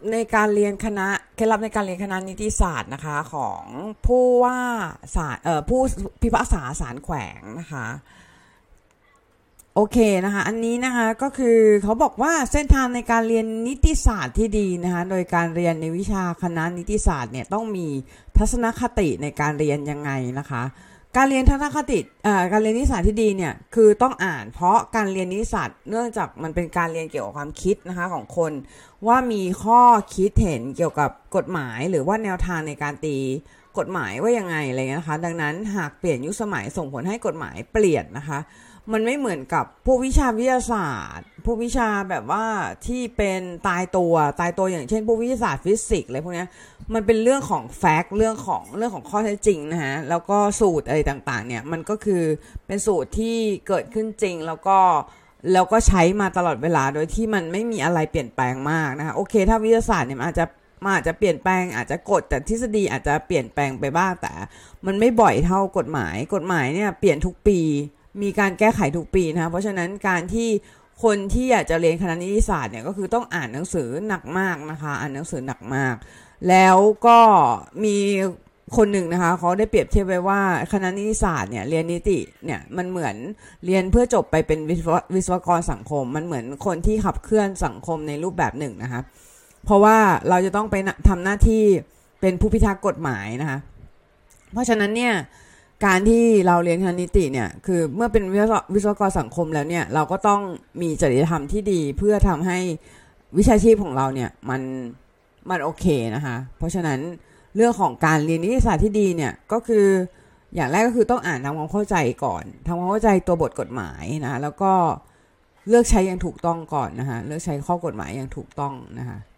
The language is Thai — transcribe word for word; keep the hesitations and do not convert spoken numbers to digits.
ในการเรียนคณะเคล็ดลับในการเรียนคณะนิติศาสตร์นะคะของผู้ว่าศาลเอ่อผู้พิพากษาศาลแขวงนะคะโอเคนะคะอันนี้นะคะก็คือเขาบอกว่าเส้นทางในการเรียนนิติศาสตร์ที่ดีนะคะโดยการเรียนในวิชาคณะนิติศาสตร์เนี่ยต้องมีทัศนคติในการเรียนยังไงนะคะการเรียนทัศนคติเอ่อการเรียนนิติศาสตร์ที่ดีเนี่ยคือต้องอ่านเพราะการเรียนนิติศาสตร์เนื่องจากมันเป็นการเรียนเกี่ยวกับความคิดนะคะของคนว่ามีข้อคิดเห็นเกี่ยวกับกฎหมายหรือว่าแนวทางในการตีกฎหมายว่ายังไงอะไรเงี้ยนะคะดังนั้นหากเปลี่ยนยุคสมัยส่งผลให้กฎหมายเปลี่ยนนะคะมันไม่เหมือนกับพวกวิชาวิทยาศาสตร์พวกวิชาแบบว่าที่เป็นตายตัวตายตัวอย่างเช่นพวกวิทยาศาสตร์ฟิสิกส์อะไรพวกนี้มันเป็นเรื่องของแฟกต์เรื่องของเรื่องของข้อเท็จจริงนะฮะแล้วก็สูตรอะไรต่างๆเนี่ยมันก็คือเป็นสูตรที่เกิดขึ้นจริงแล้วก็แล้วก็ใช้มาตลอดเวลาโดยที่มันไม่มีอะไรเปลี่ยนแปลงมากนะคะโอเคถ้าวิทยาศาสตร์เนี่ยมันอาจจะมันอาจจะเปลี่ยนแปลงอาจจะกฎแต่ทฤษฎีอาจจะเปลี่ยนแปลงไปบ้างแต่มันไม่บ่อยเท่ากฎหมายกฎหมายเนี่ยเปลี่ยนทุกปีมีการแก้ไขทุกปีนะคะเพราะฉะนั้นการที่คนที่อยากจะเรียนคณะนิติศาสตร์เนี่ยก็คือต้องอ่านหนังสือหนักมากนะคะอ่านหนังสือหนักมากแล้วก็มีคนหนึ่งนะคะเขาได้เปรียบเทียบไว้ว่าคณะนิติศาสตร์เนี่ยเรียนนิติเนี่ยมันเหมือนเรียนเพื่อจบไปเป็นวิศววิศวกรสังคมมันเหมือนคนที่ขับเคลื่อนสังคมในรูปแบบหนึ่งนะคะเพราะว่าเราจะต้องไปทำหน้าที่เป็นผู้พิทักษ์กฎหมายนะคะเพราะฉะนั้นเนี่ยการที่เราเรียนคณะนิติเนี่ยคือเมื่อเป็นวิศวกรสังคมแล้วเนี่ยเราก็ต้องมีจริยธรรมที่ดีเพื่อทำให้วิชาชีพของเราเนี่ยมันมันโอเคนะคะเพราะฉะนั้นเรื่องของการเรียนนิติศาสตร์ที่ดีเนี่ยก็คืออย่างแรกก็คือต้องอ่านทำความเข้าใจก่อนทำความเข้าใจตัวบทกฎหมายนะแล้วก็เลือกใช้อย่างถูกต้องก่อนนะคะเลือกใช้ข้อกฎหมายอย่างถูกต้องนะคะ